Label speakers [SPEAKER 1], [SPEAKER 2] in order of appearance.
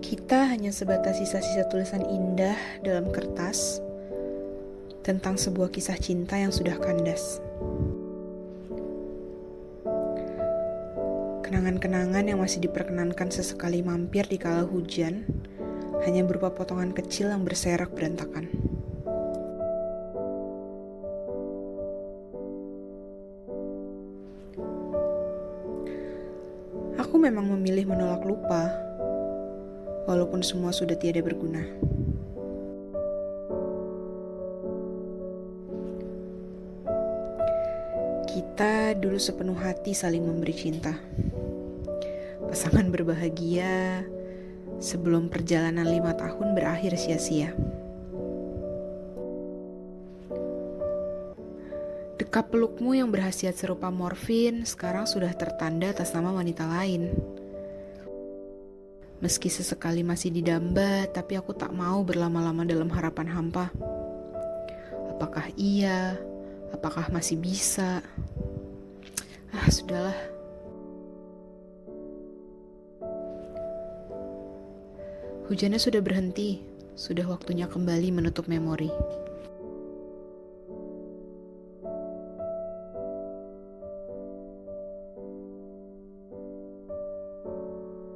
[SPEAKER 1] Kita hanya sebatas sisa-sisa tulisan indah dalam kertas tentang sebuah kisah cinta yang sudah kandas. Kenangan-kenangan yang masih diperkenankan sesekali mampir di kala hujan hanya berupa potongan kecil yang berserak berantakan. Aku memang memilih menolak lupa, walaupun semua sudah tiada berguna. Kita dulu sepenuh hati saling memberi cinta. Pasangan berbahagia sebelum perjalanan 5 tahun berakhir sia-sia. Dekap pelukmu yang berhasiat serupa morfin sekarang sudah tertanda atas nama wanita lain. Meski sesekali masih didamba, tapi aku tak mau berlama-lama dalam harapan hampa. Apakah iya? Apakah masih bisa? Sudahlah. Hujannya sudah berhenti, sudah waktunya kembali menutup memori.